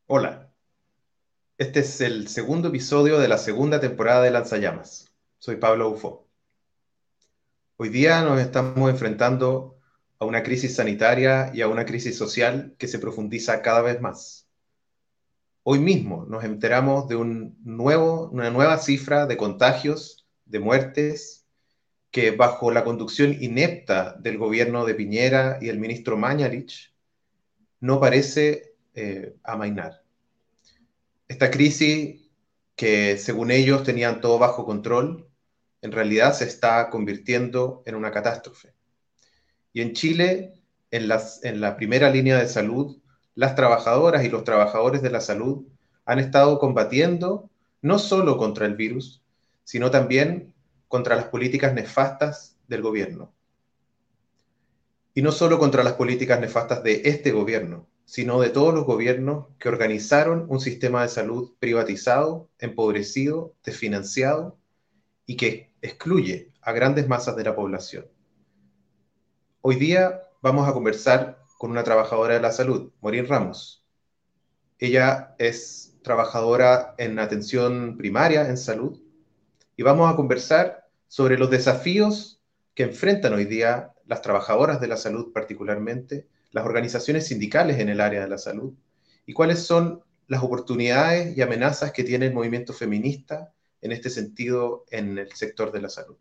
Hola, este es el segundo episodio de la segunda temporada de Lanzallamas. Soy Pablo Ufo. Hoy día nos estamos enfrentando a una crisis sanitaria y a una crisis social que se profundiza cada vez más. Hoy mismo nos enteramos de una nueva cifra de contagios, de muertes, que bajo la conducción inepta del gobierno de Piñera y el ministro Mañalich no parece amainar. Esta crisis, que según ellos tenían todo bajo control, en realidad se está convirtiendo en una catástrofe. Y en Chile, en la primera línea de salud, las trabajadoras y los trabajadores de la salud han estado combatiendo no solo contra el virus, sino también contra las políticas nefastas del gobierno. Y no solo contra las políticas nefastas de este gobierno, sino de todos los gobiernos que organizaron un sistema de salud privatizado, empobrecido, desfinanciado y que excluye a grandes masas de la población. Hoy día vamos a conversar con una trabajadora de la salud, Maureen Ramos. Ella es trabajadora en atención primaria en salud y vamos a conversar sobre los desafíos que enfrentan hoy día las trabajadoras de la salud particularmente, las organizaciones sindicales en el área de la salud y cuáles son las oportunidades y amenazas que tiene el movimiento feminista en este sentido en el sector de la salud.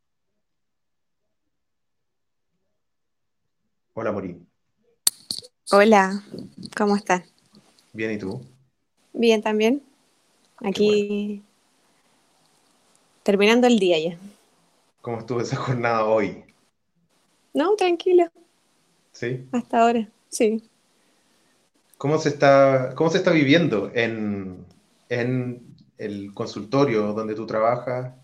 Hola, Morín. Hola, ¿cómo estás? Bien, ¿y tú? Bien también. Qué bueno. Aquí terminando el día ya. ¿Cómo estuvo esa jornada hoy? No, tranquilo, ¿Sí? hasta ahora. Sí. Cómo se está viviendo en el consultorio donde tú trabajas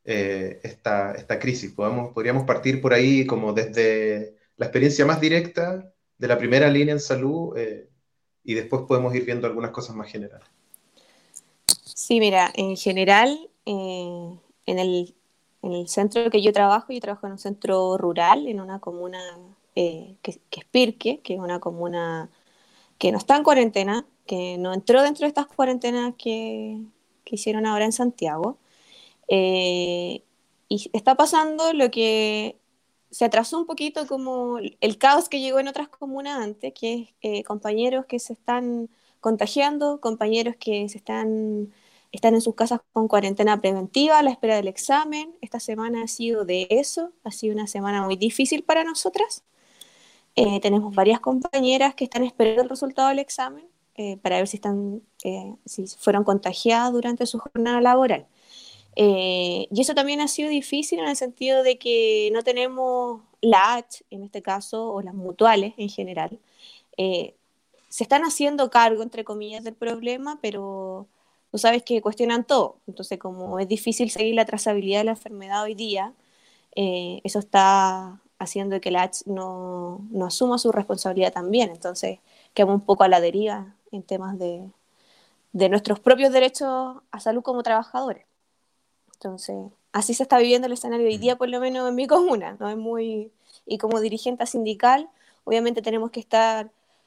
esta crisis? Podríamos partir por ahí como desde la experiencia más directa de la primera línea en salud y después podemos ir viendo algunas cosas más generales. Sí, mira, en general, en en el centro que yo trabajo en un centro rural, en una comuna que es Pirque, que es una comuna que no está en cuarentena, que no entró dentro de estas cuarentenas que hicieron ahora en Santiago. Eh, y está pasando lo que se atrasó un poquito como el caos que llegó en otras comunas antes, que es compañeros que se están contagiando, compañeros que están en sus casas con cuarentena preventiva a la espera del examen. Esta semana ha sido de eso, ha sido una semana muy difícil para nosotras. Tenemos varias compañeras que están esperando el resultado del examen para ver si fueron contagiadas durante su jornada laboral. Y eso también ha sido difícil en el sentido de que no tenemos la H, en este caso, o las mutuales en general. Eh, Se están haciendo cargo, entre comillas, del problema, pero tú sabes que cuestionan todo. Entonces, como es difícil seguir la trazabilidad de la enfermedad hoy día, eso está haciendo que la H no asuma su responsabilidad también. Entonces, quedamos un poco a la deriva en temas de nuestros propios derechos a salud como trabajadores. Entonces, así se está viviendo el escenario hoy Mm. día, por lo menos en mi comuna, ¿no? Es muy, y como dirigente sindical, obviamente tenemos que estar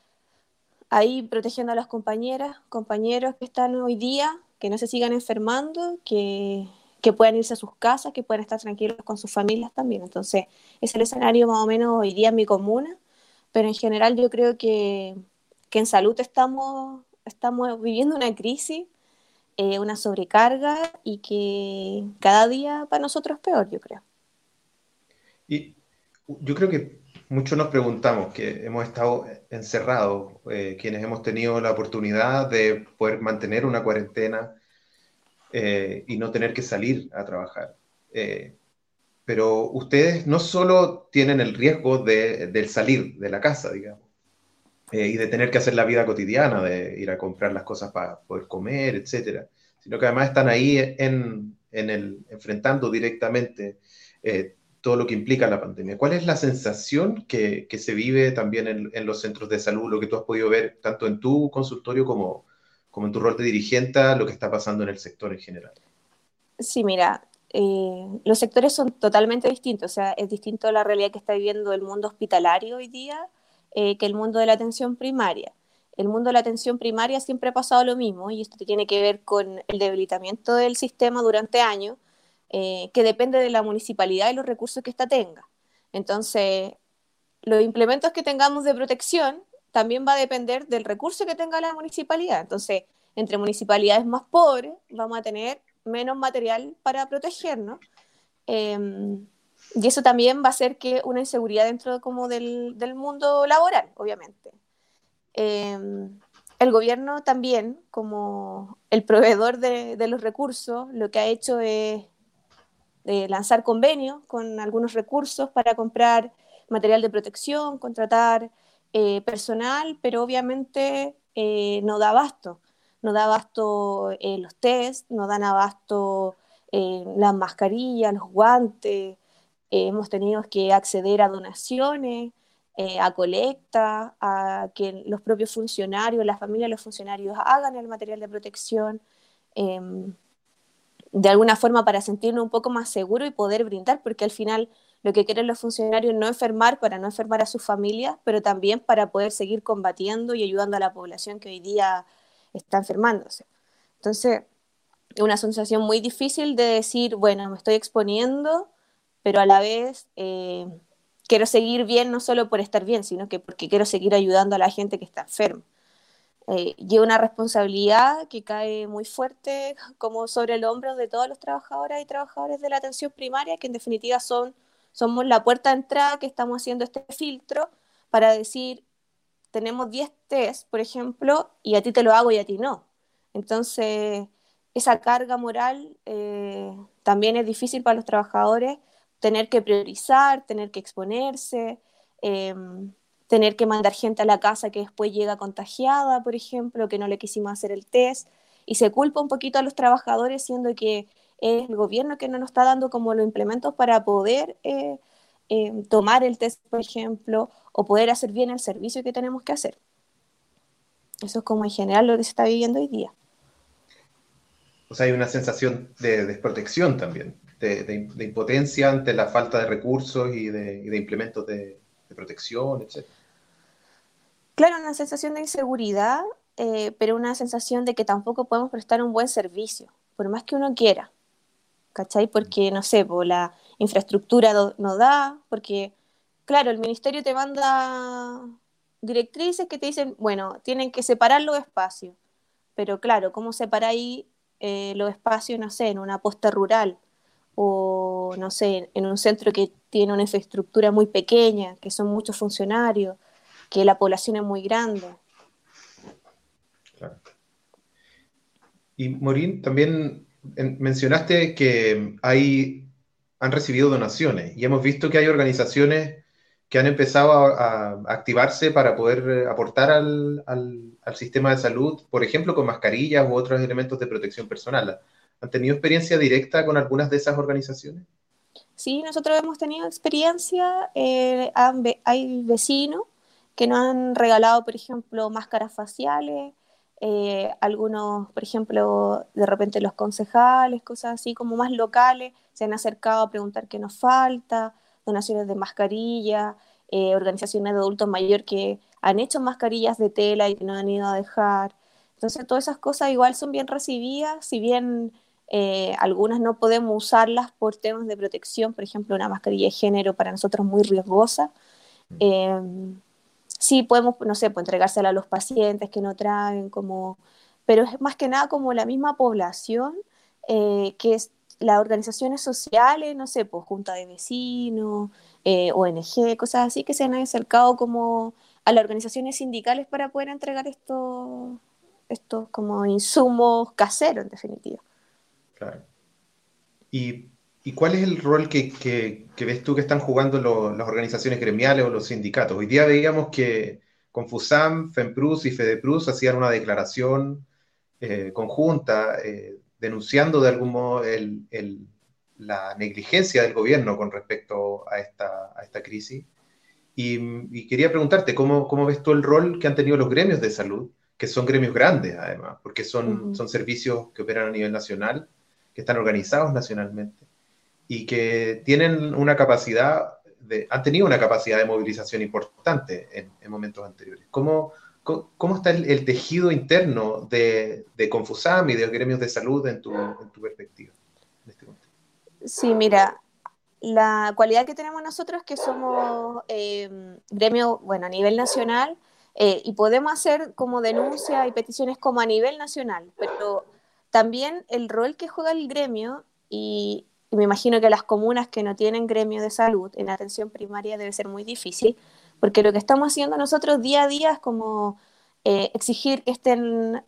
ahí protegiendo a las compañeras, compañeros que están hoy día, que no se sigan enfermando, que puedan irse a sus casas, que puedan estar tranquilos con sus familias también. Entonces, es el escenario más o menos hoy día en mi comuna, pero en general yo creo que en salud estamos viviendo una crisis, una sobrecarga y que cada día para nosotros es peor, yo creo. Y yo creo que muchos nos preguntamos que hemos estado encerrados, quienes hemos tenido la oportunidad de poder mantener una cuarentena y no tener que salir a trabajar. Pero ustedes no solo tienen el riesgo del salir de la casa, digamos, y de tener que hacer la vida cotidiana, de ir a comprar las cosas para poder comer, etcétera, sino que además están ahí enfrentando directamente todo lo que implica la pandemia. ¿Cuál es la sensación que se vive también en los centros de salud, lo que tú has podido ver tanto en tu consultorio como en tu rol de dirigente, lo que está pasando en el sector en general? Sí, mira, los sectores son totalmente distintos, o sea, es distinto la realidad que está viviendo el mundo hospitalario hoy día que el mundo de la atención primaria. el mundo de la atención primaria siempre ha pasado lo mismo, y esto tiene que ver con el debilitamiento del sistema durante años, que depende de la municipalidad y los recursos que ésta tenga. Entonces, los implementos que tengamos de protección también va a depender del recurso que tenga la municipalidad. Entonces, entre municipalidades más pobres vamos a tener menos material para protegernos. Y eso también va a hacer que una inseguridad dentro como del mundo laboral, obviamente. Eh, el gobierno también, como el proveedor de los recursos, lo que ha hecho es lanzar convenios con algunos recursos para comprar material de protección, contratar personal, pero obviamente no da abasto. No da abasto los test, no dan abasto las mascarillas, los guantes. Hemos tenido que acceder a donaciones, a colecta, a que los propios funcionarios, la familia de los funcionarios hagan el material de protección. Eh, de alguna forma para sentirnos un poco más seguros y poder brindar, porque al final lo que quieren los funcionarios es no enfermar para no enfermar a sus familias, pero también para poder seguir combatiendo y ayudando a la población que hoy día está enfermándose. Entonces, es una sensación muy difícil de decir, bueno, me estoy exponiendo, pero a la vez quiero seguir bien no solo por estar bien, sino que porque quiero seguir ayudando a la gente que está enferma. Lleva una responsabilidad que cae muy fuerte como sobre el hombro de todos los trabajadoras y trabajadores de la atención primaria, que en definitiva somos la puerta de entrada que estamos haciendo este filtro para decir, tenemos 10 test, por ejemplo, y a ti te lo hago y a ti no. Entonces, esa carga moral también es difícil para los trabajadores, tener que priorizar, tener que exponerse, eh, tener que mandar gente a la casa que después llega contagiada, por ejemplo, que no le quisimos hacer el test, y se culpa un poquito a los trabajadores, siendo que es el gobierno que no nos está dando como los implementos para poder tomar el test, por ejemplo, o poder hacer bien el servicio que tenemos que hacer. Eso es como en general lo que se está viviendo hoy día. O sea, hay una sensación de desprotección también, de impotencia ante la falta de recursos y de implementos de protección, etc. Claro, una sensación de inseguridad, pero una sensación de que tampoco podemos prestar un buen servicio, por más que uno quiera, ¿cachai? Porque, no sé, pues, la infraestructura no da, porque, claro, el ministerio te manda directrices que te dicen, bueno, tienen que separar los espacios, pero claro, ¿cómo separáis los espacios, no sé, en una posta rural o, no sé, en un centro que tiene una infraestructura muy pequeña, que son muchos funcionarios, que la población es muy grande? Claro. Y Morín, también mencionaste que han recibido donaciones y hemos visto que hay organizaciones que han empezado a activarse para poder aportar al sistema de salud, por ejemplo, con mascarillas u otros elementos de protección personal. ¿Han tenido experiencia directa con algunas de esas organizaciones? Sí, nosotros hemos tenido experiencia, hay vecinos que nos han regalado, por ejemplo, máscaras faciales, algunos, por ejemplo, de repente los concejales, cosas así como más locales, se han acercado a preguntar qué nos falta, donaciones de mascarillas, organizaciones de adultos mayores que han hecho mascarillas de tela y que nos han ido a dejar. Entonces, todas esas cosas igual son bien recibidas, si bien algunas no podemos usarlas por temas de protección, por ejemplo, una mascarilla de género para nosotros muy riesgosa. Eh, sí podemos, no sé, pues entregársela a los pacientes que no traen, como, pero es más que nada como la misma población, que es las organizaciones sociales, no sé, pues junta de vecinos, ONG, cosas así, que se han acercado como a las organizaciones sindicales para poder entregar estos como insumos caseros, en definitiva. Claro. ¿Y, y cuál es el rol que ves tú que están jugando las organizaciones gremiales o los sindicatos? Hoy día veíamos que Confusam, FEMPRUS y FEDEPRUS hacían una declaración conjunta denunciando de algún modo la negligencia del gobierno con respecto a esta crisis. Y quería preguntarte, ¿cómo ves tú el rol que han tenido los gremios de salud, que son gremios grandes además, porque son, Ujú. son servicios que operan a nivel nacional, que están organizados nacionalmente y que tienen una capacidad han tenido una capacidad de movilización importante en momentos anteriores? ¿cómo está el tejido interno de Confusam y de los gremios de salud en tu perspectiva? En este contexto? Sí, mira, la cualidad que tenemos nosotros es que somos gremio, bueno, a nivel nacional, y podemos hacer como denuncias y peticiones como a nivel nacional, pero también el rol que juega el gremio, y me imagino que las comunas que no tienen gremio de salud en atención primaria debe ser muy difícil, porque lo que estamos haciendo nosotros día a día es como exigir que estén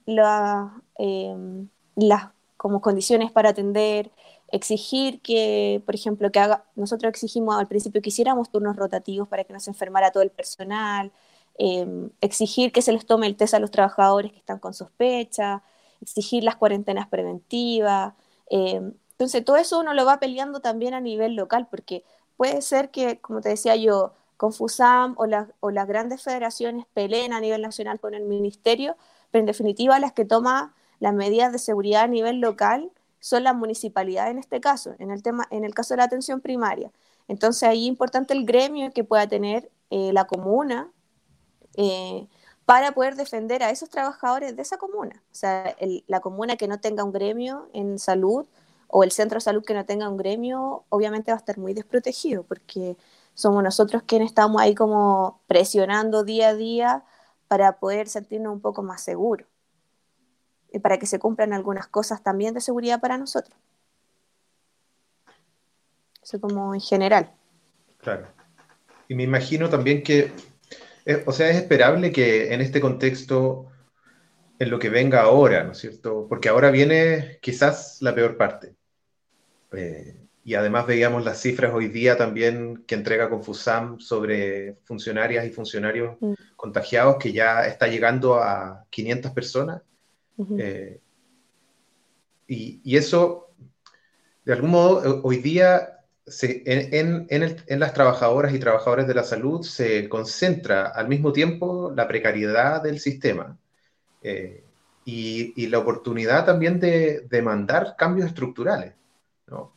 las como condiciones para atender, exigir que, por ejemplo, nosotros exigimos al principio que hiciéramos turnos rotativos para que no se enfermara todo el personal, exigir que se les tome el test a los trabajadores que están con sospecha, exigir las cuarentenas preventivas. Entonces, todo eso uno lo va peleando también a nivel local, porque puede ser que, como te decía yo, Confusam o las grandes federaciones peleen a nivel nacional con el ministerio, pero en definitiva las que toman las medidas de seguridad a nivel local son las municipalidades en este caso, en el caso de la atención primaria. Entonces ahí es importante el gremio que pueda tener la comuna eh, para poder defender a esos trabajadores de esa comuna. O sea, la comuna que no tenga un gremio en salud o el centro de salud que no tenga un gremio, obviamente va a estar muy desprotegido porque somos nosotros quienes estamos ahí como presionando día a día para poder sentirnos un poco más seguros y para que se cumplan algunas cosas también de seguridad para nosotros. Eso como en general. Claro. Y me imagino también que, o sea, es esperable que en este contexto, en lo que venga ahora, ¿no es cierto? Porque ahora viene quizás la peor parte. Y además veíamos las cifras hoy día también que entrega Confusam sobre funcionarias y funcionarios Mm, contagiados, que ya está llegando a 500 personas. ujú. Eh, y eso, de algún modo, hoy día en las trabajadoras y trabajadores de la salud se concentra al mismo tiempo la precariedad del sistema y la oportunidad también de demandar cambios estructurales, ¿no?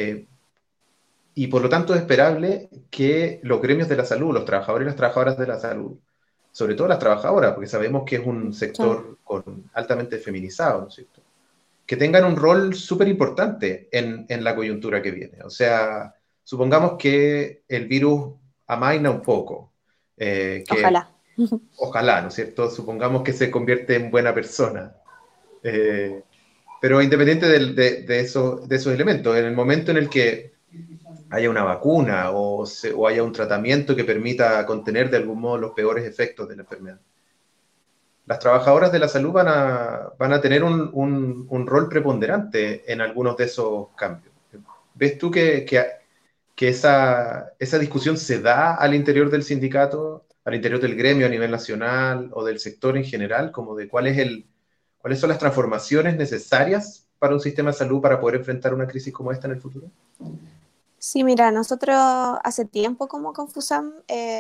Y por lo tanto es esperable que los gremios de la salud, los trabajadores y las trabajadoras de la salud, sobre todo las trabajadoras, porque sabemos que es un Sí. sector altamente feminizado, ¿no es cierto?, que tengan un rol súper importante en la coyuntura que viene. O sea, supongamos que el virus amaina un poco, que Ojalá. ojalá, ¿no es cierto?, supongamos que se convierte en buena persona. Eh, pero independiente de esos elementos, en el momento en el que haya una vacuna o haya un tratamiento que permita contener de algún modo los peores efectos de la enfermedad, las trabajadoras de la salud van a tener un rol preponderante en algunos de esos cambios. ¿Ves tú que esa discusión se da al interior del sindicato, al interior del gremio a nivel nacional o del sector en general, como de cuáles son las transformaciones necesarias para un sistema de salud para poder enfrentar una crisis como esta en el futuro? Sí, mira, nosotros hace tiempo como Confusam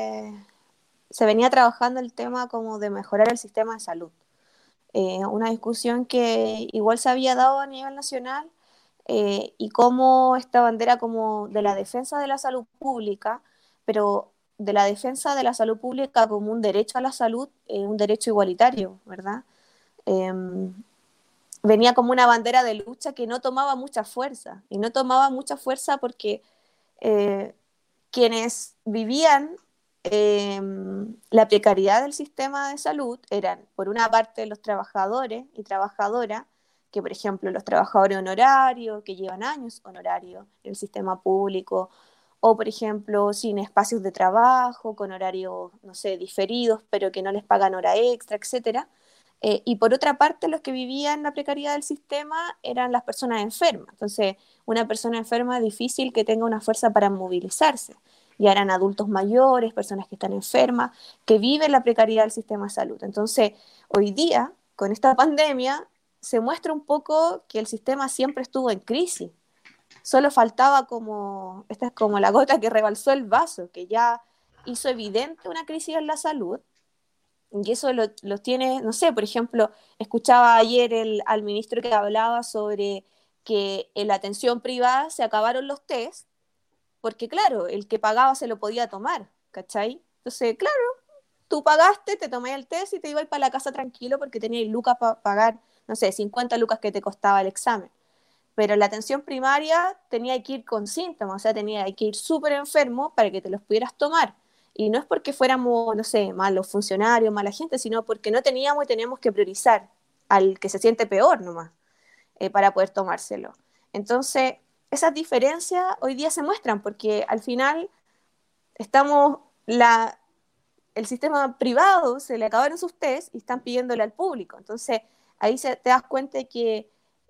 se venía trabajando el tema como de mejorar el sistema de salud. Una discusión que igual se había dado a nivel nacional y cómo esta bandera como de la defensa de la salud pública, pero de la defensa de la salud pública como un derecho a la salud, un derecho igualitario, ¿verdad? Eh, Venía como una bandera de lucha que no tomaba mucha fuerza, y no tomaba mucha fuerza porque eh, quienes vivían la precariedad del sistema de salud eran, por una parte, los trabajadores y trabajadoras, que por ejemplo los trabajadores honorarios, que llevan años honorarios en el sistema público, o por ejemplo sin espacios de trabajo, con horarios, no sé, diferidos, pero que no les pagan hora extra, etcétera. Y por otra parte, los que vivían la precariedad del sistema eran las personas enfermas. Entonces, una persona enferma es difícil que tenga una fuerza para movilizarse. Ya eran adultos mayores, personas que están enfermas, que viven la precariedad del sistema de salud. Entonces, hoy día, con esta pandemia, se muestra un poco que el sistema siempre estuvo en crisis. Solo faltaba como, esta es como la gota que rebalsó el vaso, que ya hizo evidente una crisis en la salud y eso lo tiene, no sé, por ejemplo, escuchaba ayer al ministro que hablaba sobre que en la atención privada se acabaron los test, porque claro, el que pagaba se lo podía tomar, ¿cachai? Entonces, claro, tú pagaste, te tomé el test y te ibas para la casa tranquilo porque tenías lucas para pagar, no sé, 50 lucas que te costaba el examen. Pero en la atención primaria tenía que ir con síntomas, o sea, tenía que ir súper enfermo para que te los pudieras tomar. Y no es porque fuéramos, no sé, malos funcionarios, mala gente, sino porque no teníamos y teníamos que priorizar al que se siente peor nomás, para poder tomárselo. Entonces, esas diferencias hoy día se muestran porque al final estamos, el sistema privado se le acabaron sus test y están pidiéndole al público. Entonces, ahí te das cuenta de que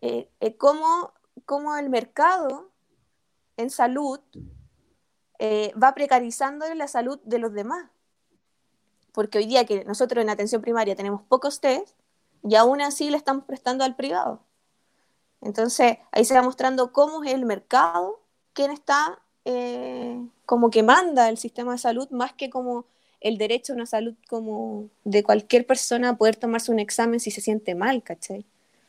cómo el mercado en salud va precarizando la salud de los demás. Porque hoy día que nosotros en atención primaria tenemos pocos test y aún así le estamos prestando al privado. Entonces, ahí se va mostrando cómo es el mercado quien está como que manda el sistema de salud más que como el derecho a una salud como de cualquier persona a poder tomarse un examen si se siente mal, ¿cachai?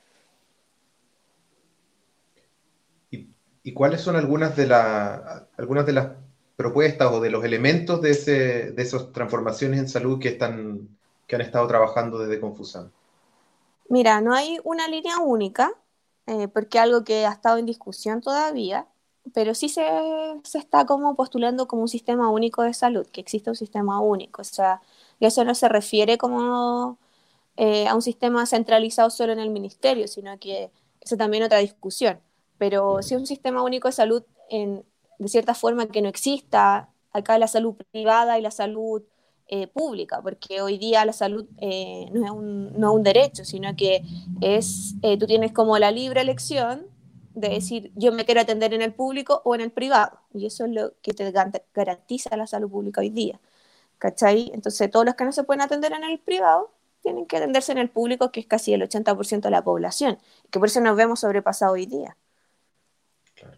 ¿Y cuáles son algunas de las propuestas o de los elementos de esas transformaciones en salud que han estado trabajando desde Confusan? Mira, no hay una línea única, porque es algo que ha estado en discusión todavía, pero sí se está como postulando como un sistema único de salud, que existe un sistema único. O sea, y eso no se refiere como a un sistema centralizado solo en el ministerio, sino que eso también es otra discusión. Pero si es un sistema único de salud, de cierta forma que no exista acá la salud privada y la salud pública, porque hoy día la salud no es un derecho, sino que tú tienes como la libre elección de decir yo me quiero atender en el público o en el privado, y eso es lo que te garantiza la salud pública hoy día, ¿cachai? Entonces todos los que no se pueden atender en el privado tienen que atenderse en el público, que es casi el 80% de la población, que por eso nos vemos sobrepasados hoy día. Claro.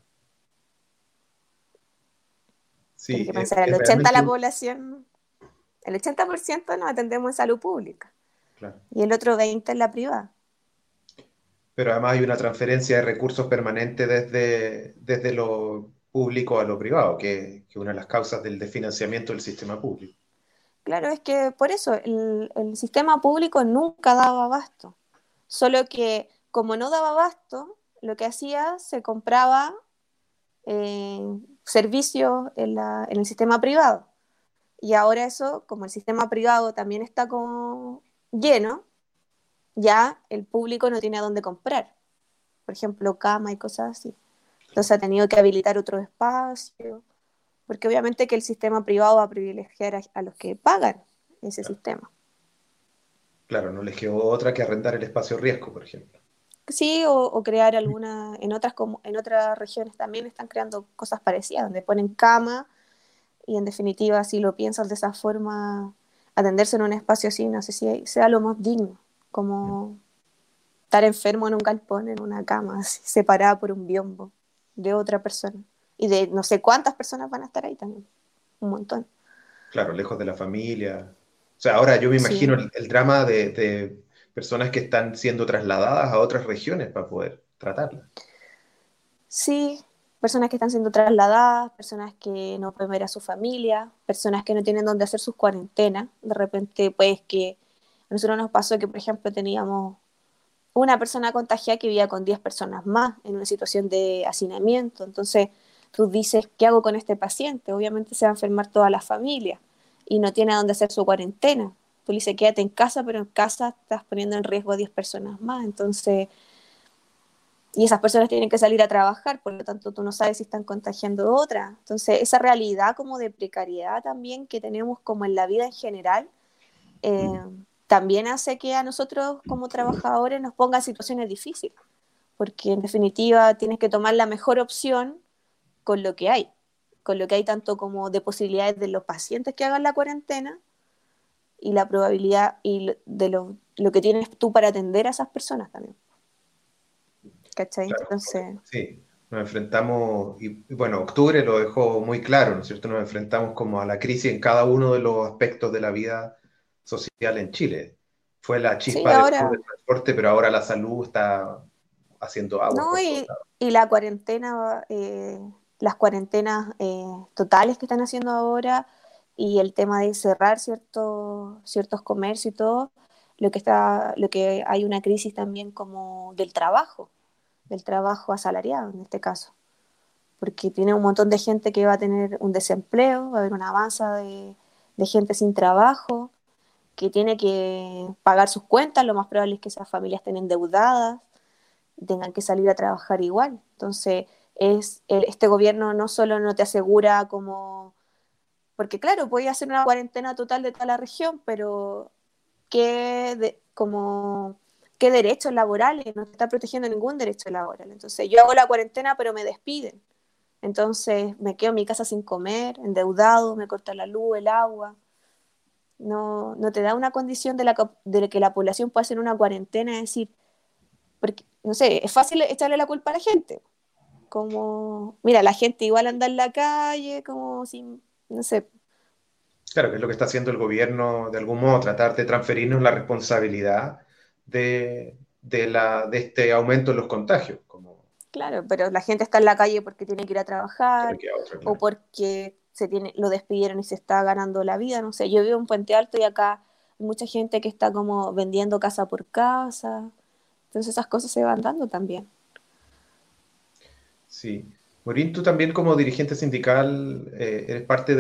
Tienes Sí, que pensar, el es 80% de realmente, la población, el 80% nos atendemos en salud pública claro. y el otro 20% en la privada. Pero además hay una transferencia de recursos permanente desde lo público a lo privado, que es una de las causas del desfinanciamiento del sistema público. Claro, es que por eso el sistema público nunca daba abasto, solo que como no daba abasto, lo que hacía se compraba eh, servicios en el sistema privado. Y ahora eso, como el sistema privado también está como lleno, ya el público no tiene a dónde comprar. Por ejemplo, cama y cosas así. Entonces ha tenido que habilitar otros espacios, porque obviamente que el sistema privado va a privilegiar a los que pagan ese Claro, sistema. claro, no les quedó otra que arrendar el espacio riesgo, por ejemplo. Sí, o crear alguna, en otras regiones también están creando cosas parecidas, donde ponen cama y en definitiva, si lo piensas de esa forma, atenderse en un espacio así, no sé si sea lo más digno, Mm. como estar enfermo en un galpón, en una cama, así, separada por un biombo de otra persona. Y de no sé cuántas personas van a estar ahí también, un montón. Claro, lejos de la familia. O sea, ahora yo me imagino Sí, el drama de personas que están siendo trasladadas a otras regiones para poder tratarlas. sí, personas que están siendo trasladadas, personas que no pueden ver a su familia, personas que no tienen dónde hacer sus cuarentenas. De repente, pues que a nosotros nos pasó que, por ejemplo, teníamos una persona contagiada que vivía con 10 personas más en una situación de hacinamiento. Entonces, tú dices, ¿qué hago con este paciente? Obviamente se va a enfermar toda la familia y no tiene a dónde hacer su cuarentena. Tú le dices, quédate en casa, pero en casa estás poniendo en riesgo a 10 personas más. Entonces, y esas personas tienen que salir a trabajar, por lo tanto tú no sabes si están contagiando a otra. Entonces, esa realidad como de precariedad también que tenemos como en la vida en general, eh, también hace que a nosotros como trabajadores nos ponga en situaciones difíciles, porque en definitiva tienes que tomar la mejor opción con lo que hay tanto como de posibilidades de los pacientes que hagan la cuarentena y la probabilidad y de lo que tienes tú para atender a esas personas también. ¿Cachai? Claro, Entonces, sí, nos enfrentamos, y bueno, octubre lo dejó muy claro, ¿no es cierto? Nos enfrentamos como a la crisis en cada uno de los aspectos de la vida social en Chile. Fue la sí, chispa del ahora, transporte, pero ahora la salud está haciendo aguas no, por todos lados. y la cuarentena, las cuarentenas totales que están haciendo ahora, y el tema de cerrar ciertos comercios y todo, lo que hay una crisis también como del trabajo asalariado en este caso, porque tiene un montón de gente que va a tener un desempleo, va a haber una masa de gente sin trabajo, que tiene que pagar sus cuentas, lo más probable es que esas familias estén endeudadas y tengan que salir a trabajar igual. Entonces, este gobierno no solo no te asegura como, porque claro, podía hacer una cuarentena total de toda la región, pero como, ¿qué derechos laborales? No te está protegiendo ningún derecho laboral. Entonces, yo hago la cuarentena, pero me despiden. Entonces, me quedo en mi casa sin comer, endeudado, me corta la luz, el agua. No te da una condición de que la población pueda hacer una cuarentena, es decir, porque, no sé, es fácil echarle la culpa a la gente. Como, mira, la gente igual anda en la calle, como sin, no sé, Claro, que es lo que está haciendo el gobierno, de algún modo, tratar de transferirnos la responsabilidad de este aumento en los contagios, como claro, pero la gente está en la calle porque tiene que ir a que no trabajar queda otra, o claro. porque lo despidieron y se está ganando la vida, no sé, yo vivo en Puente Alto y acá hay mucha gente que está como vendiendo casa por casa, entonces esas cosas se van dando también. Sí. Morín, tú también como dirigente sindical eres parte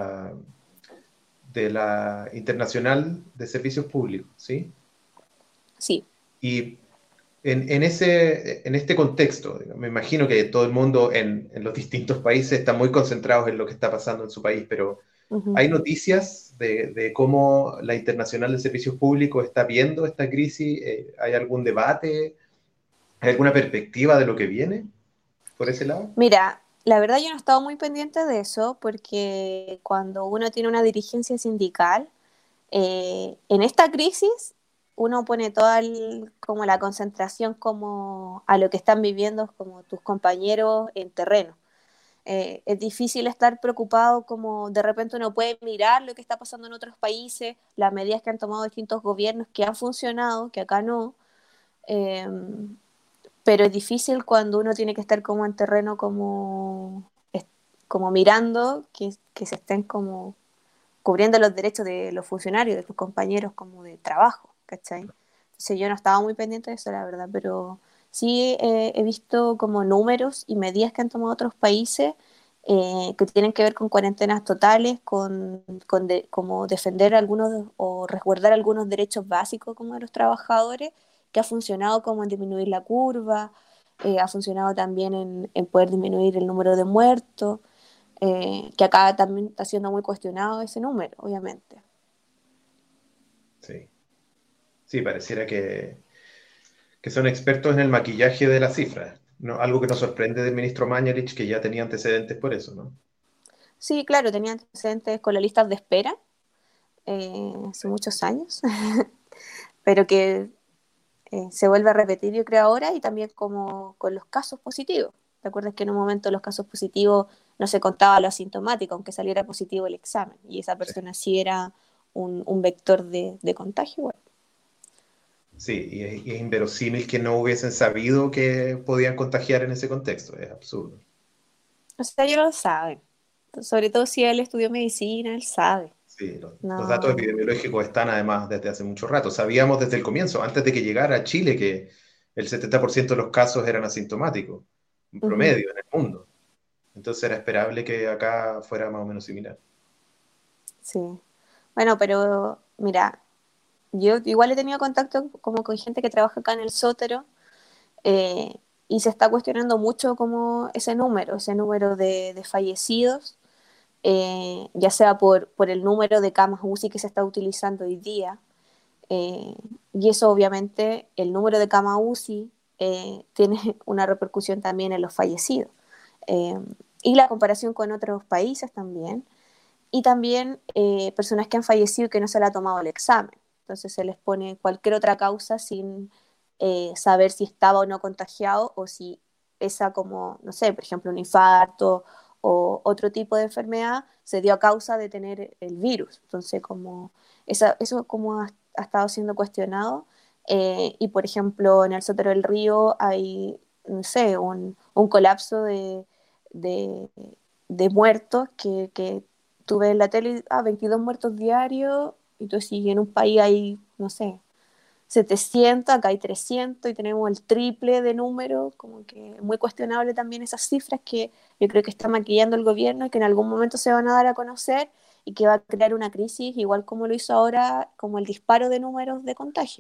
de la Internacional de Servicios Públicos, ¿sí? Sí. Y en este contexto, digamos, me imagino que todo el mundo en los distintos países está muy concentrado en lo que está pasando en su país, pero Ujú. ¿hay noticias de cómo la Internacional de Servicios Públicos está viendo esta crisis? ¿Hay algún debate? ¿Hay alguna perspectiva de lo que viene por ese lado? Mira, la verdad yo no he estado muy pendiente de eso porque cuando uno tiene una dirigencia sindical, en esta crisis uno pone toda como la concentración como a lo que están viviendo como tus compañeros en terreno. Es difícil estar preocupado como de repente uno puede mirar lo que está pasando en otros países, las medidas que han tomado distintos gobiernos que han funcionado, que acá no, eh, pero es difícil cuando uno tiene que estar como en terreno como mirando que se estén como cubriendo los derechos de los funcionarios, de tus compañeros como de trabajo, ¿cachai? Entonces yo no estaba muy pendiente de eso, la verdad, pero sí he visto como números y medidas que han tomado otros países que tienen que ver con cuarentenas totales, como defender o resguardar algunos derechos básicos como de los trabajadores, que ha funcionado como en disminuir la curva, ha funcionado también en poder disminuir el número de muertos, que acá también está siendo muy cuestionado ese número, obviamente. Sí, sí, pareciera que son expertos en el maquillaje de las cifras, ¿no? Algo que nos sorprende del ministro Mañalich, que ya tenía antecedentes por eso, ¿no? Sí, claro, tenía antecedentes con las listas de espera hace muchos años, pero que se vuelve a repetir, yo creo, ahora y también como con los casos positivos. ¿Te acuerdas que en un momento los casos positivos no se contaba lo asintomático, aunque saliera positivo el examen? Y esa Sí. persona sí era un vector de contagio. Bueno. Sí, y es inverosímil que no hubiesen sabido que podían contagiar en ese contexto, es absurdo. O sea, ellos lo saben. Sobre todo si él estudió medicina, él sabe. Sí, los datos No. epidemiológicos están además desde hace mucho rato. Sabíamos desde el comienzo, antes de que llegara a Chile, que el 70% de los casos eran asintomáticos, en Ujú. promedio en el mundo. Entonces era esperable que acá fuera más o menos similar. Sí. Bueno, pero mira, yo igual he tenido contacto como con gente que trabaja acá en el Sótero eh, y se está cuestionando mucho como ese número de fallecidos, ya sea por el número de camas UCI que se está utilizando hoy día. eh, y eso obviamente, el número de camas UCI tiene una repercusión también en los fallecidos. Eh, y la comparación con otros países también y también personas que han fallecido y que no se le ha tomado el examen. Entonces se les pone cualquier otra causa sin saber si estaba o no contagiado o si esa como, no sé, por ejemplo, un infarto o otro tipo de enfermedad se dio a causa de tener el virus. Entonces, como eso como ha estado siendo cuestionado. Y, por ejemplo, en el Sotero del Río hay, no sé, un colapso de, de muertos que tú ves en la tele, 22 muertos diarios, y tú decís, en un país hay, no sé, 700, acá hay 300 y tenemos el triple de número, como que es muy cuestionable también esas cifras que yo creo que está maquillando el gobierno y que en algún momento se van a dar a conocer y que va a crear una crisis, igual como lo hizo ahora, como el disparo de números de contagio.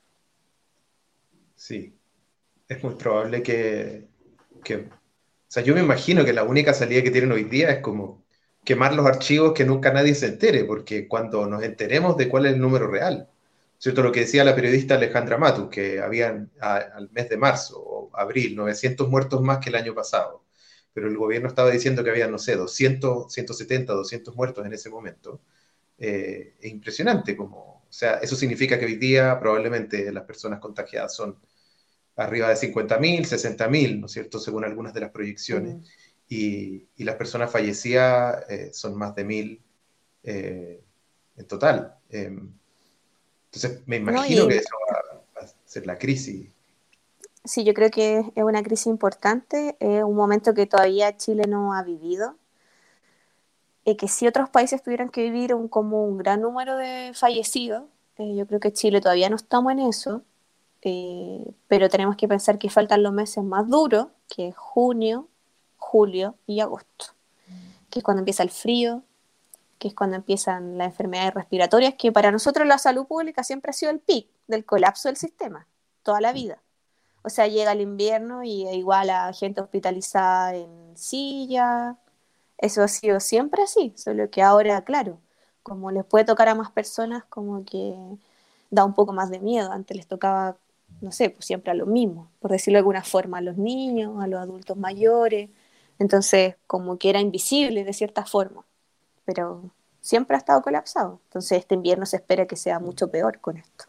Sí, es muy probable o sea, yo me imagino que la única salida que tienen hoy día es como quemar los archivos que nunca nadie se entere, porque cuando nos enteremos de cuál es el número real, ¿cierto? Lo que decía la periodista Alejandra Matus, que habían al mes de marzo o abril 900 muertos más que el año pasado, pero el gobierno estaba diciendo que había, no sé, 200, 170, 200 muertos en ese momento. Es impresionante, como, o sea, eso significa que hoy día probablemente las personas contagiadas son arriba de 50.000, 60.000, ¿no es cierto?, según algunas de las proyecciones, Mm. y las personas fallecidas son más de 1.000 en total. Entonces, me ¿No? imagino que Y eso va a ser la crisis. sí, yo creo que es una crisis importante, es un momento que todavía Chile no ha vivido, y que si otros países tuvieran que vivir como un gran número de fallecidos, yo creo que Chile todavía no estamos en eso, pero tenemos que pensar que faltan los meses más duros, que es junio, julio y agosto, que es cuando empieza el frío, que es cuando empiezan las enfermedades respiratorias, que para nosotros la salud pública siempre ha sido el pic del colapso del sistema, toda la vida. O sea, llega el invierno y igual a gente hospitalizada en silla. Eso ha sido siempre así, solo que ahora, claro, como les puede tocar a más personas, como que da un poco más de miedo. Antes les tocaba, no sé, pues siempre a los mismos, por decirlo de alguna forma, a los niños, a los adultos mayores. Entonces, como que era invisible de cierta forma, pero siempre ha estado colapsado. Entonces, este invierno se espera que sea mucho peor con esto.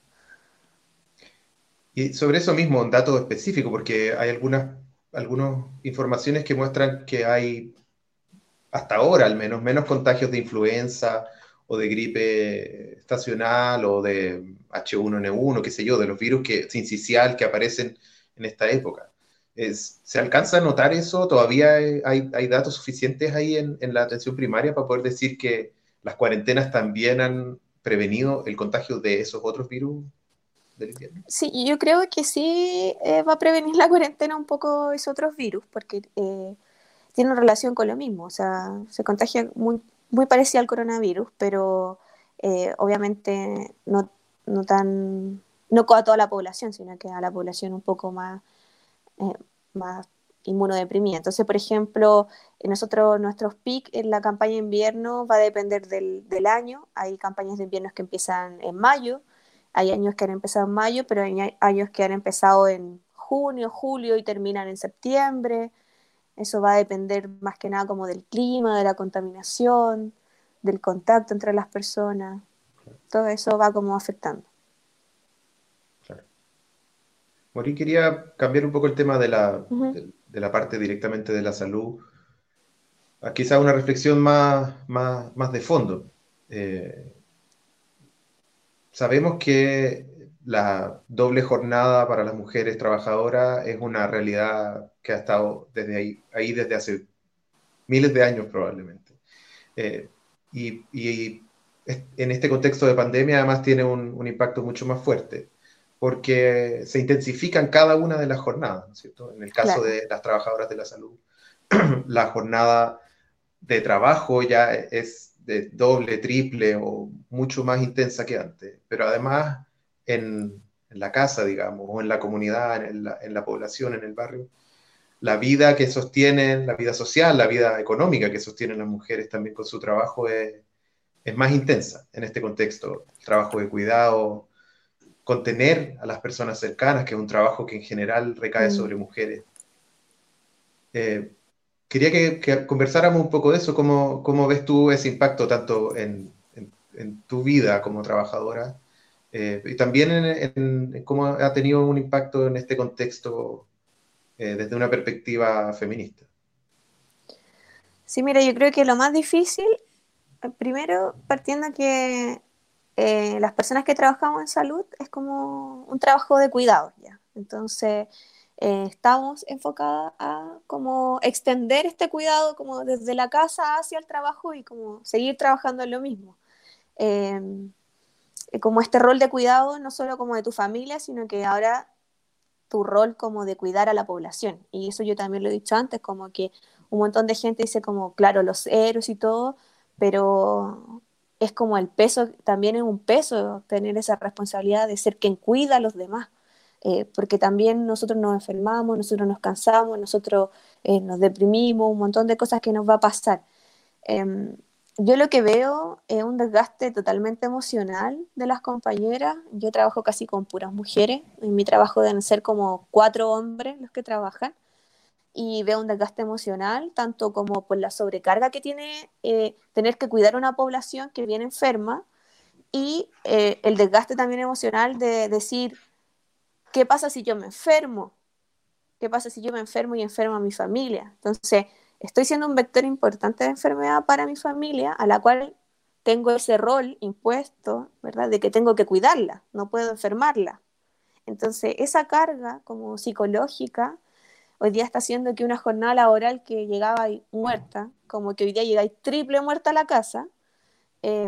Y sobre eso mismo, un dato específico, porque hay algunas informaciones que muestran que hay, hasta ahora al menos, menos contagios de influenza o de gripe estacional o de H1N1, qué sé yo, de los virus sincicial que aparecen en esta época. ¿Se alcanza a notar eso? ¿Todavía hay datos suficientes ahí en la atención primaria para poder decir que las cuarentenas también han prevenido el contagio de esos otros virus del invierno? Sí, yo creo que sí va a prevenir la cuarentena un poco esos otros virus, porque tiene relación con lo mismo, o sea, se contagia muy, muy parecido al coronavirus, pero obviamente no tan, no a toda la población, sino que a la población un poco eh, más inmunodeprimida. Entonces, por ejemplo, nuestros peak en la campaña de invierno va a depender del año. Hay campañas de invierno que empiezan en mayo, hay años que han empezado en mayo, pero hay años que han empezado en junio, julio y terminan en septiembre. Eso va a depender más que nada como del clima, de la contaminación, del contacto entre las personas. Todo eso va como afectando. Claro. Morí, quería cambiar un poco el tema Ujú. de la parte directamente de la salud, a quizá una reflexión más de fondo. Eh, Sabemos que la doble jornada para las mujeres trabajadoras es una realidad que ha estado ahí desde hace miles de años probablemente. Eh, y en este contexto de pandemia además tiene un impacto mucho más fuerte, porque se intensifican cada una de las jornadas, ¿no es cierto? En el caso Claro. de las trabajadoras de la salud, la jornada de trabajo ya es de doble, triple o mucho más intensa que antes, pero además en la casa, digamos, o en la comunidad, en la población, en el barrio, la vida que sostienen, la vida social, la vida económica que sostienen las mujeres también con su trabajo es más intensa en este contexto. El trabajo de cuidado, contener a las personas cercanas, que es un trabajo que en general recae Mm. sobre mujeres. Eh, Quería que conversáramos un poco de eso, cómo ves tú ese impacto tanto en tu vida como trabajadora y también en cómo ha tenido un impacto en este contexto desde una perspectiva feminista. Sí, mira, yo creo que lo más difícil, primero, partiendo que las personas que trabajamos en salud es como un trabajo de cuidado ya. Entonces, estamos enfocadas a como extender este cuidado como desde la casa hacia el trabajo y como seguir trabajando en lo mismo. Eh, Como este rol de cuidado, no solo como de tu familia, sino que ahora tu rol como de cuidar a la población. Y eso yo también lo he dicho antes, como que un montón de gente dice como, claro, los héroes y todo, pero es como el peso, también es un peso tener esa responsabilidad de ser quien cuida a los demás. Porque también nosotros nos enfermamos, nosotros nos cansamos, nosotros nos deprimimos, un montón de cosas que nos va a pasar. Eh, yo lo que veo es un desgaste totalmente emocional de las compañeras. Yo trabajo casi con puras mujeres. En mi trabajo deben ser como 4 hombres los que trabajan. Y veo un desgaste emocional, tanto como por la sobrecarga que tiene tener que cuidar a una población que viene enferma y el desgaste también emocional de decir, ¿qué pasa si yo me enfermo? ¿Qué pasa si yo me enfermo y enfermo a mi familia? Entonces, estoy siendo un vector importante de enfermedad para mi familia, a la cual tengo ese rol impuesto, ¿verdad? De que tengo que cuidarla, no puedo enfermarla. Entonces, esa carga como psicológica hoy día está haciendo que una jornada laboral que llegaba muerta, como que hoy día llegáis triple muerta a la casa, eh,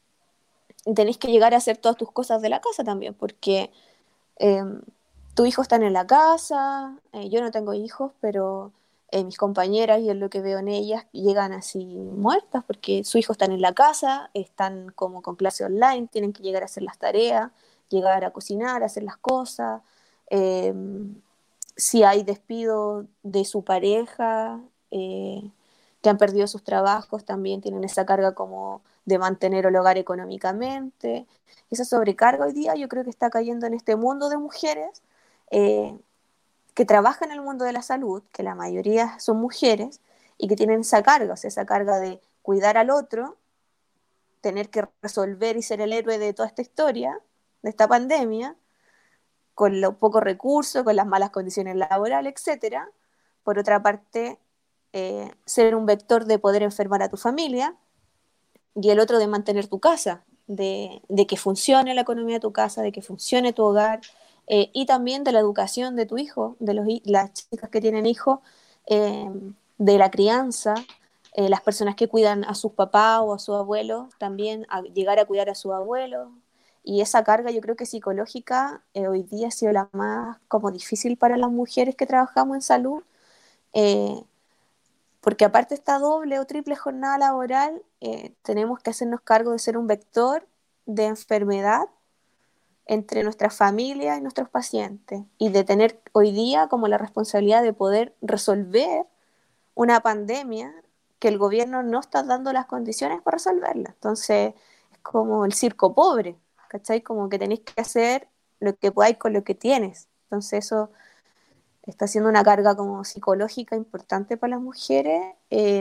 y tenéis que llegar a hacer todas tus cosas de la casa también, porque eh, tus hijos están en la casa, yo no tengo hijos, pero mis compañeras y es lo que veo en ellas llegan así muertas porque sus hijos están en la casa, están como con clase online, tienen que llegar a hacer las tareas, llegar a cocinar, a hacer las cosas. Eh, si hay despido de su pareja, que han perdido sus trabajos, también tienen esa carga como de mantener el hogar económicamente. Esa sobrecarga hoy día yo creo que está cayendo en este mundo de mujeres eh, que trabajan en el mundo de la salud, que la mayoría son mujeres, y que tienen esa carga, o sea, esa carga de cuidar al otro, tener que resolver y ser el héroe de toda esta historia, de esta pandemia, con los pocos recursos, con las malas condiciones laborales, etcétera. Por otra parte, ser un vector de poder enfermar a tu familia y el otro de mantener tu casa, de que funcione la economía de tu casa, de que funcione tu hogar, y también de la educación de tu hijo, de las chicas que tienen hijos, eh, de la crianza, las personas que cuidan a sus papás o a sus abuelos, también a llegar a cuidar a sus abuelos. Y esa carga yo creo que psicológica hoy día ha sido la más como difícil para las mujeres que trabajamos en salud, eh, porque aparte de esta doble o triple jornada laboral, tenemos que hacernos cargo de ser un vector de enfermedad entre nuestras familias y nuestros pacientes y de tener hoy día como la responsabilidad de poder resolver una pandemia que el gobierno no está dando las condiciones para resolverla. Entonces, es como el circo pobre, ¿cachai? Como que tenéis que hacer lo que podáis con lo que tienes. Entonces, eso está siendo una carga como psicológica importante para las mujeres,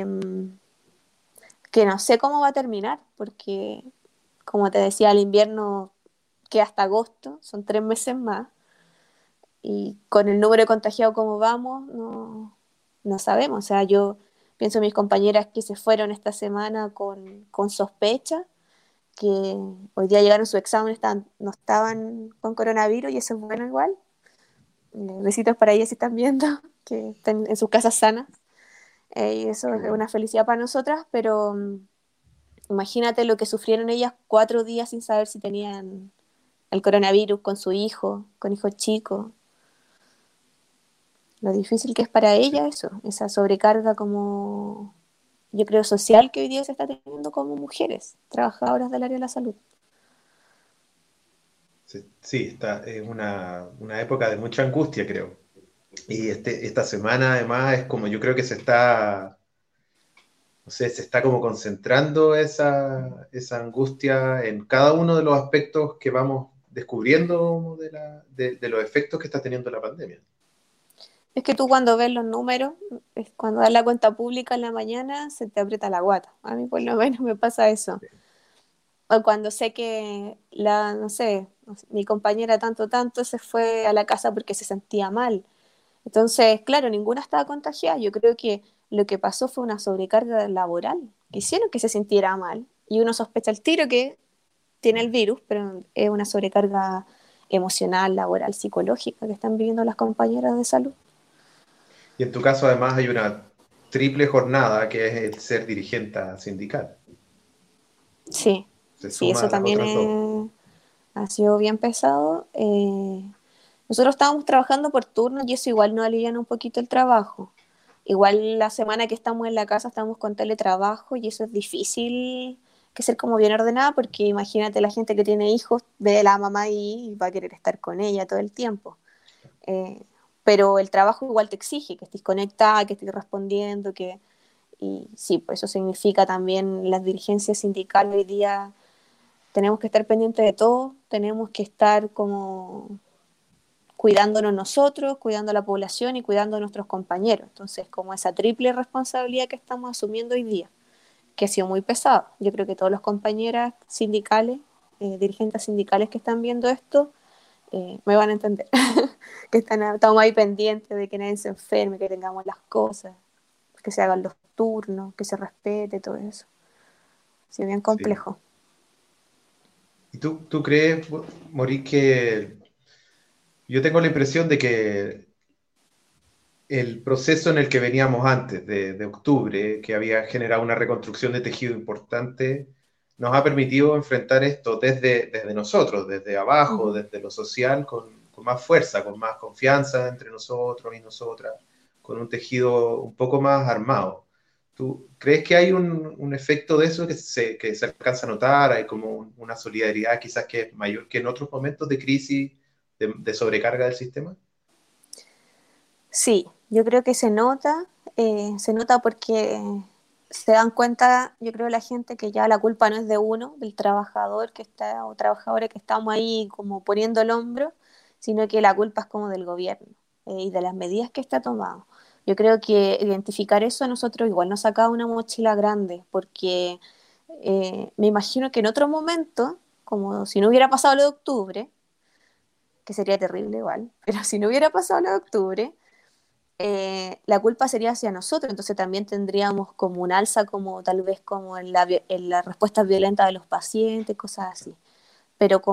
que no sé cómo va a terminar, porque como te decía, el invierno queda hasta agosto, son 3 meses más, y con el número de contagiados como vamos, no sabemos. O sea, yo pienso en mis compañeras que se fueron esta semana con sospecha, que hoy día llegaron su examen, no estaban con coronavirus y eso es bueno igual. Besitos para ellas si están viendo, que estén en sus casas sanas. Y eso Qué es bueno. una felicidad para nosotras, pero imagínate lo que sufrieron ellas 4 días sin saber si tenían el coronavirus con su hijo, con hijos chicos. Lo difícil que es para Sí, ellas eso, esa sobrecarga como, yo creo, social que hoy día se está teniendo como mujeres, trabajadoras del área de la salud. sí, sí, es una época de mucha angustia, creo. Y esta semana además es como yo creo que se está, no sé, se está como concentrando esa angustia en cada uno de los aspectos que vamos descubriendo de los efectos que está teniendo la pandemia. Es que tú cuando ves los números, cuando das la cuenta pública en la mañana, se te aprieta la guata. A mí por lo menos me pasa eso. O cuando sé que no sé, mi compañera tanto se fue a la casa porque se sentía mal. Entonces, claro, ninguna estaba contagiada. Yo creo que lo que pasó fue una sobrecarga laboral, que hicieron que se sintiera mal. Y uno sospecha al tiro que tiene el virus, pero es una sobrecarga emocional, laboral, psicológica que están viviendo las compañeras de salud. Y en tu caso, además, hay una triple jornada que es el ser dirigente sindical. Sí, Se sí, suma eso a las también otras dos. ha sido bien pesado. Nosotros estábamos trabajando por turnos y eso igual nos aliviana un poquito el trabajo. Igual la semana que estamos en la casa estamos con teletrabajo y eso es difícil que ser como bien ordenada porque imagínate la gente que tiene hijos, ve a la mamá ahí y va a querer estar con ella todo el tiempo. Eh, pero el trabajo igual te exige que estés conectada, que estés respondiendo, y sí, pues eso significa también las dirigencias sindicales hoy día tenemos que estar pendientes de todo, tenemos que estar como cuidándonos nosotros, cuidando a la población y cuidando a nuestros compañeros. Entonces, como esa triple responsabilidad que estamos asumiendo hoy día, que ha sido muy pesado. Yo creo que todas las compañeras sindicales, dirigentes sindicales que están viendo esto, me van a entender. Que estamos ahí pendientes de que nadie se enferme, que tengamos las cosas, que se hagan los turnos, que se respete, todo eso. Sí, bien Sí. complejo. ¿Y tú crees, Maurice, que yo tengo la impresión de que el proceso en el que veníamos antes de octubre, que había generado una reconstrucción de tejido importante, nos ha permitido enfrentar esto desde nosotros, desde abajo, Uh-huh. desde lo social, con más fuerza, con más confianza entre nosotros y nosotras, con un tejido un poco más armado. ¿Tú crees que hay un efecto de eso que se alcanza a notar? ¿Hay como una solidaridad quizás que es mayor que en otros momentos de crisis, de sobrecarga del sistema? Sí, yo creo que se nota porque se dan cuenta, yo creo, la gente que ya la culpa no es de uno, del trabajador que está o trabajadora que estamos ahí como poniendo el hombro, sino que la culpa es como del gobierno y de las medidas que está tomando. Yo creo que identificar eso a nosotros igual nos saca una mochila grande, porque me imagino que en otro momento, como si no hubiera pasado lo de octubre, que sería terrible igual, pero si no hubiera pasado lo de octubre, la culpa sería hacia nosotros, entonces también tendríamos como un alza como tal vez como en la respuesta violenta de los pacientes, cosas así. Pero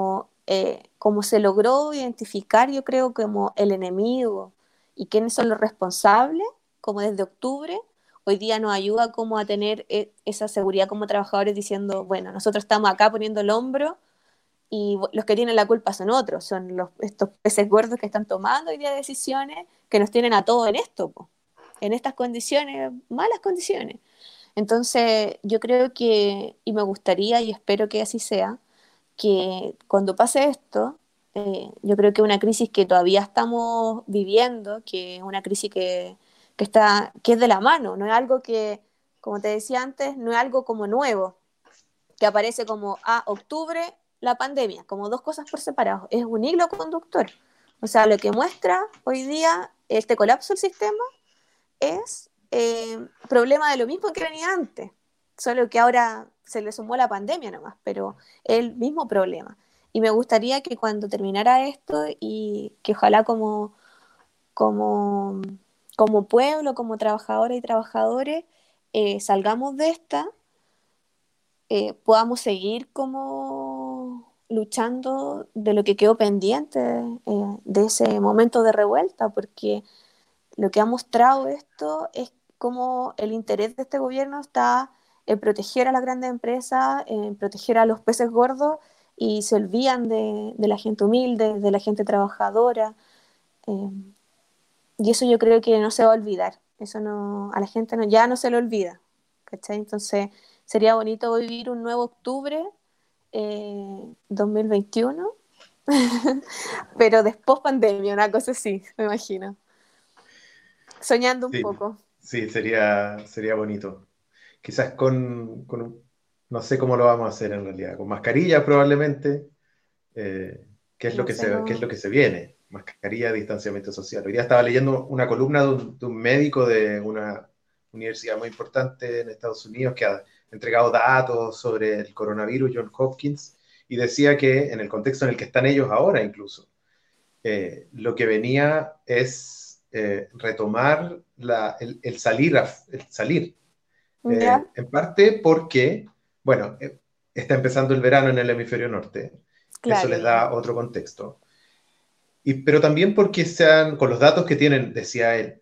como se logró identificar, yo creo, como el enemigo y quiénes son los responsables, como desde octubre, hoy día nos ayuda como a tener esa seguridad como trabajadores diciendo, bueno, nosotros estamos acá poniendo el hombro y los que tienen la culpa son otros, son estos peces gordos que están tomando hoy día decisiones que nos tienen a todos en esto, po, en estas condiciones, malas condiciones. Entonces, yo creo que, y me gustaría y espero que así sea, que cuando pase esto, yo creo que una crisis que todavía estamos viviendo, que es una crisis que es de la mano, no es algo que, como te decía antes, no es algo como nuevo, que aparece como, octubre, la pandemia, como dos cosas por separado. Es un hilo conductor. O sea, lo que muestra hoy día este colapso del sistema es problema de lo mismo que venía antes, solo que ahora se le sumó la pandemia nomás, pero es el mismo problema. Y me gustaría que cuando terminara esto y que ojalá como, como pueblo, como trabajadoras y trabajadores, salgamos de esta, podamos seguir como luchando de lo que quedó pendiente de ese momento de revuelta, porque lo que ha mostrado esto es cómo el interés de este gobierno está en proteger a las grandes empresas, en proteger a los peces gordos y se olvidan de la gente humilde, de la gente trabajadora. eh, y eso yo creo que no se va a olvidar. Eso no, a la gente no, ya no se le olvida. ¿Cachai? Entonces sería bonito vivir un nuevo octubre 2021, pero después pandemia, una cosa así, me imagino. Soñando un Sí, poco. sí, sería bonito. Quizás no sé cómo lo vamos a hacer en realidad, con mascarilla probablemente, ¿qué es lo No que sé, qué es lo no. que se viene? Mascarilla, distanciamiento social. Hoy día estaba leyendo una columna de un médico de una universidad muy importante en Estados Unidos que ha entregado datos sobre el coronavirus, John Hopkins, y decía que en el contexto en el que están ellos ahora incluso, lo que venía es retomar el salir, el salir. ¿Ya? En parte porque, bueno, está empezando el verano en el hemisferio norte Eso claro, les da otro contexto. Pero también porque con los datos que tienen, decía él,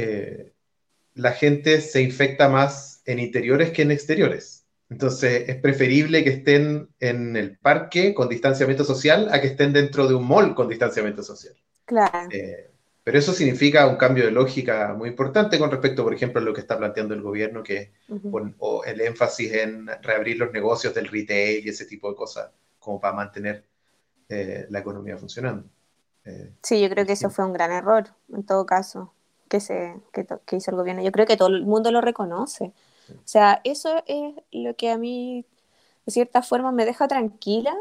la gente se infecta más en interiores que en exteriores. Entonces es preferible que estén en el parque con distanciamiento social a que estén dentro de un mall con distanciamiento social. claro. Eh, pero eso significa un cambio de lógica muy importante con respecto, por ejemplo, a lo que está planteando el gobierno, que es Ujú. o el énfasis en reabrir los negocios del retail y ese tipo de cosas, como para mantener la economía funcionando. Sí, yo creo que eso Distinto. fue un gran error, en todo caso, que hizo el gobierno. Yo creo que todo el mundo lo reconoce. Sí. O sea, eso es lo que a mí, de cierta forma, me deja tranquila,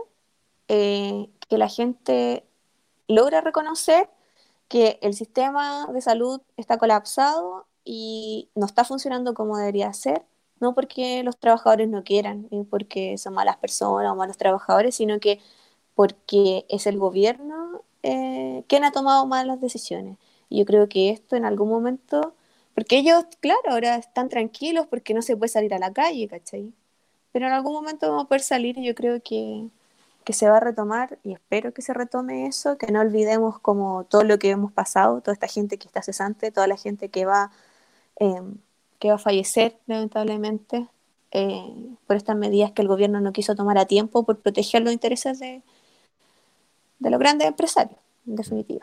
que la gente logra reconocer que el sistema de salud está colapsado y no está funcionando como debería ser, no porque los trabajadores no quieran, ni porque son malas personas o malos trabajadores, sino que porque es el gobierno quien ha tomado malas decisiones. Y yo creo que esto en algún momento, porque ellos, claro, ahora están tranquilos porque no se puede salir a la calle, ¿cachai? Pero en algún momento vamos a poder salir y yo creo que se va a retomar y espero que se retome eso, que no olvidemos como todo lo que hemos pasado, toda esta gente que está cesante, toda la gente eh, que va a fallecer lamentablemente por estas medidas que el gobierno no quiso tomar a tiempo por proteger los intereses de los grandes empresarios, en definitiva.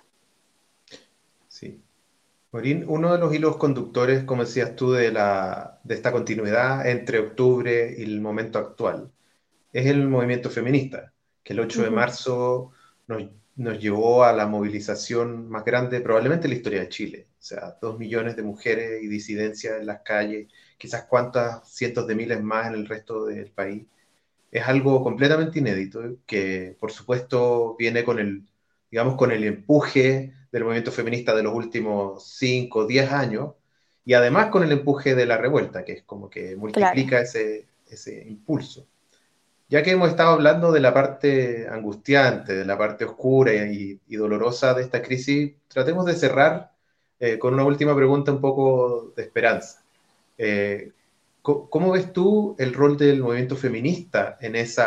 Sí. Morín, uno de los hilos conductores, como decías tú, de esta continuidad entre octubre y el momento actual, es el movimiento feminista, que el 8 de Ujú. marzo nos, nos llevó a la movilización más grande probablemente en la historia de Chile. O sea, 2 millones de mujeres y disidencias en las calles, quizás cuántas cientos de miles más en el resto del país. Es algo completamente inédito que, por supuesto, viene con digamos, con el empuje del movimiento feminista de los últimos 5 o 10 años y además con el empuje de la revuelta, que es como que Claro. multiplica ese impulso. Ya que hemos estado hablando de la parte angustiante, de la parte oscura y dolorosa de esta crisis, tratemos de cerrar con una última pregunta un poco de esperanza. Eh, ¿Cómo ves tú el rol del movimiento feminista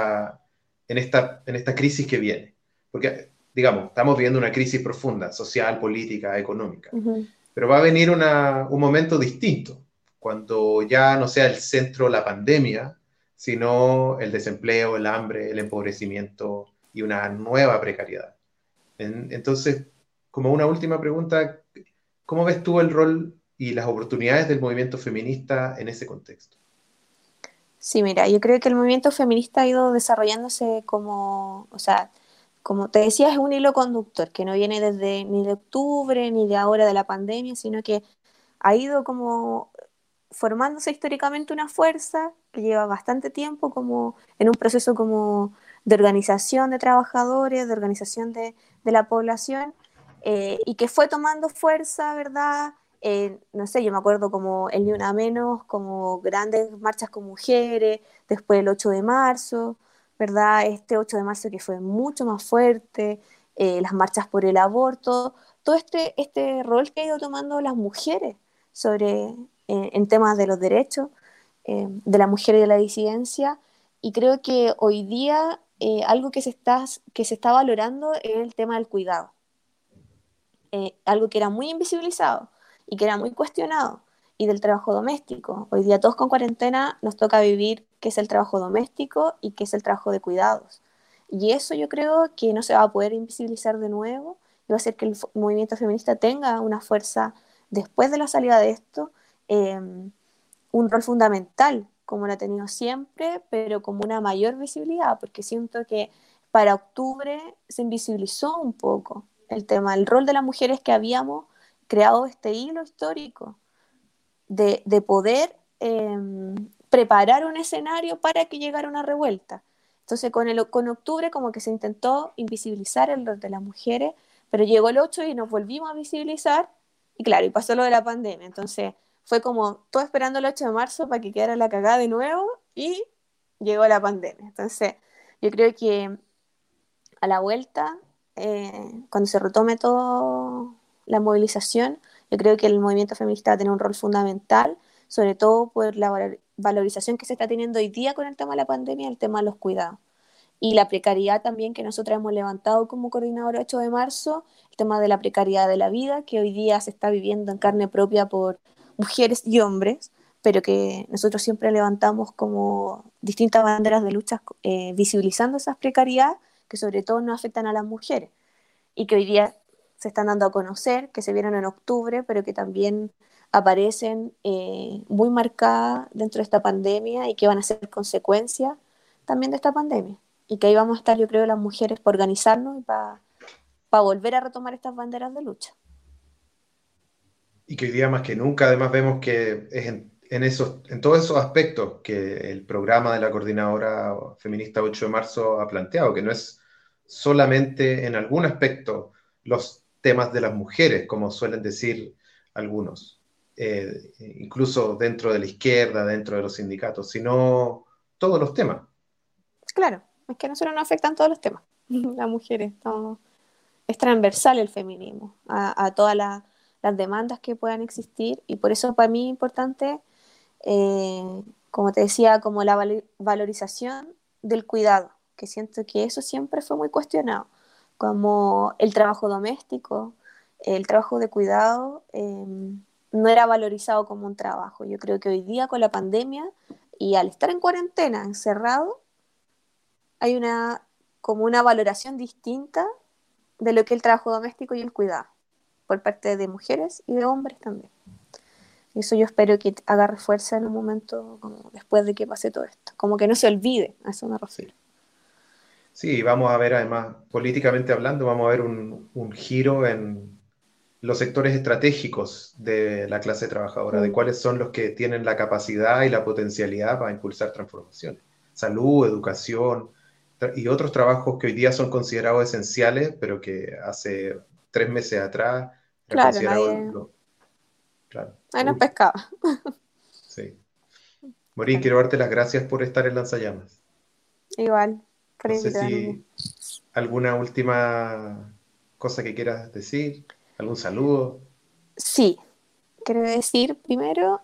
en esta crisis que viene? Porque, digamos, estamos viviendo una crisis profunda, social, política, económica, Ujú. pero va a venir un momento distinto, cuando ya no sea el centro la pandemia, sino el desempleo, el hambre, el empobrecimiento y una nueva precariedad. Entonces, como una última pregunta, ¿cómo ves tú el rol y las oportunidades del movimiento feminista en ese contexto? Sí, mira, yo creo que el movimiento feminista ha ido desarrollándose como, o sea, como te decía, es un hilo conductor que no viene desde ni de octubre ni de ahora de la pandemia, sino que ha ido como formándose históricamente una fuerza que lleva bastante tiempo como en un proceso como de organización de trabajadores, de organización de la población, y que fue tomando fuerza, ¿verdad? No sé, yo me acuerdo como el Ni Una Menos, como grandes marchas con mujeres, después el 8 de marzo, ¿verdad? Este 8 de marzo que fue mucho más fuerte, las marchas por el aborto, todo este rol que ha ido tomando las mujeres sobre en temas de los derechos de la mujer y de la disidencia. Y creo que hoy día algo que se está valorando es el tema del cuidado, algo que era muy invisibilizado y que era muy cuestionado, y del trabajo doméstico. Hoy día todos con cuarentena nos toca vivir qué es el trabajo doméstico y qué es el trabajo de cuidados. Y eso yo creo que no se va a poder invisibilizar de nuevo y va a hacer que el movimiento feminista tenga una fuerza después de la salida de esto, un rol fundamental, como lo ha tenido siempre, pero como una mayor visibilidad, porque siento que para octubre se invisibilizó un poco el tema, el rol de las mujeres que habíamos creado este hilo histórico de poder preparar un escenario para que llegara una revuelta. Entonces con octubre como que se intentó invisibilizar el rol de las mujeres, pero llegó el 8 y nos volvimos a visibilizar y claro, y pasó lo de la pandemia. Entonces fue como todo esperando el 8 de marzo para que quedara la cagada de nuevo y llegó la pandemia. Entonces yo creo que a la vuelta, cuando se retome toda la movilización, yo creo que el movimiento feminista va a tener un rol fundamental, sobre todo por la valorización que se está teniendo hoy día con el tema de la pandemia, el tema de los cuidados. Y la precariedad también que nosotros hemos levantado como coordinadora 8 de marzo, el tema de la precariedad de la vida, que hoy día se está viviendo en carne propia por mujeres y hombres, pero que nosotros siempre levantamos como distintas banderas de lucha visibilizando esas precariedades que sobre todo no afectan a las mujeres y que hoy día se están dando a conocer, que se vieron en octubre, pero que también aparecen muy marcadas dentro de esta pandemia y que van a ser consecuencias también de esta pandemia. Y que ahí vamos a estar, yo creo, las mujeres para organizarnos y para volver a retomar estas banderas de lucha. Y que hoy día más que nunca además vemos que es en todos esos aspectos que el programa de la Coordinadora Feminista 8 de marzo ha planteado, que no es solamente en algún aspecto los temas de las mujeres, como suelen decir algunos, incluso dentro de la izquierda, dentro de los sindicatos, sino todos los temas. Claro, es que a nosotros nos afectan todos los temas, las mujeres, estamos es transversal el feminismo a todas las demandas que puedan existir y por eso para mí es importante, como te decía, como la valorización del cuidado, que siento que eso siempre fue muy cuestionado, como el trabajo doméstico, el trabajo de cuidado no era valorizado como un trabajo. Yo creo que hoy día con la pandemia y al estar en cuarentena, encerrado, hay como una valoración distinta de lo que es el trabajo doméstico y el cuidado, por parte de mujeres y de hombres también. Y eso yo espero que agarre fuerza en un momento como después de que pase todo esto. Como que no se olvide, a eso me refiero. Sí. Sí, vamos a ver además, políticamente hablando, vamos a ver un giro en los sectores estratégicos de la clase trabajadora, de Mm. cuáles son los que tienen la capacidad y la potencialidad para impulsar transformaciones. Salud, educación y otros trabajos que hoy día son considerados esenciales, pero que hace 3 meses atrás era Claro, considerado claro, nadie lo nos último. pescaba. Sí. Morín, Claro. quiero darte las gracias por estar en Lanzallamas. Igual, por No sé invitarme. si alguna última cosa que quieras decir, algún saludo. Sí, quiero decir primero,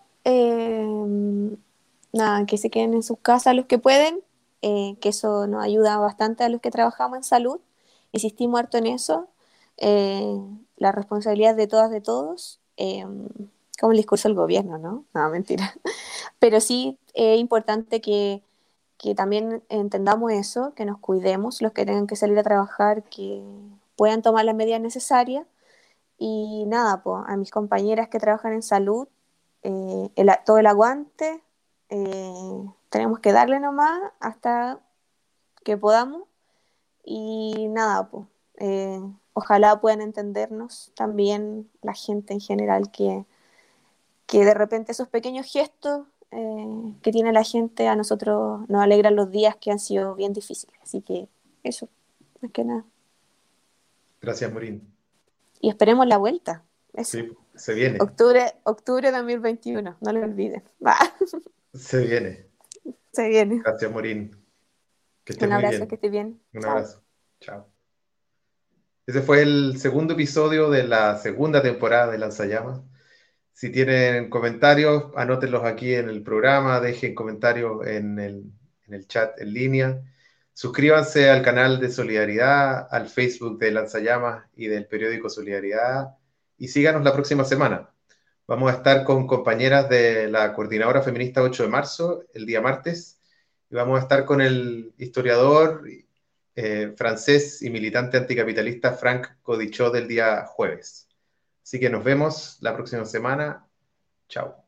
nada, que se queden en sus casas los que pueden, que eso nos ayuda bastante a los que trabajamos en salud. Insistimos harto en eso. eh, la responsabilidad de todas, de todos, como el discurso del gobierno, ¿no? No, mentira. Pero sí es importante que también entendamos eso, que nos cuidemos, los que tengan que salir a trabajar, que puedan tomar las medidas necesarias y nada, pues a mis compañeras que trabajan en salud, todo el aguante, tenemos que darle nomás hasta que podamos y nada, pues ojalá puedan entendernos también la gente en general que de repente esos pequeños gestos que tiene la gente a nosotros nos alegran los días que han sido bien difíciles. Así que eso, más que nada. Gracias, Morín. Y esperemos la vuelta. Eso. Sí, se viene, Octubre de 2021, no lo olviden. Va, se viene. se viene. Gracias, Morín. Que estés Un muy abrazo, que bien. esté bien. Un Chao. abrazo. Chao. Ese fue el segundo episodio de la segunda temporada de Lanzallamas. Si tienen comentarios, anótenlos aquí en el programa, dejen comentarios en el chat en línea. Suscríbanse al canal de Solidaridad, al Facebook de Lanzallamas y del periódico Solidaridad y síganos la próxima semana. Vamos a estar con compañeras de la Coordinadora Feminista 8 de marzo, el día martes, y vamos a estar con el historiador francés y militante anticapitalista Franck Codichot del día jueves. Así que nos vemos la próxima semana. Chao.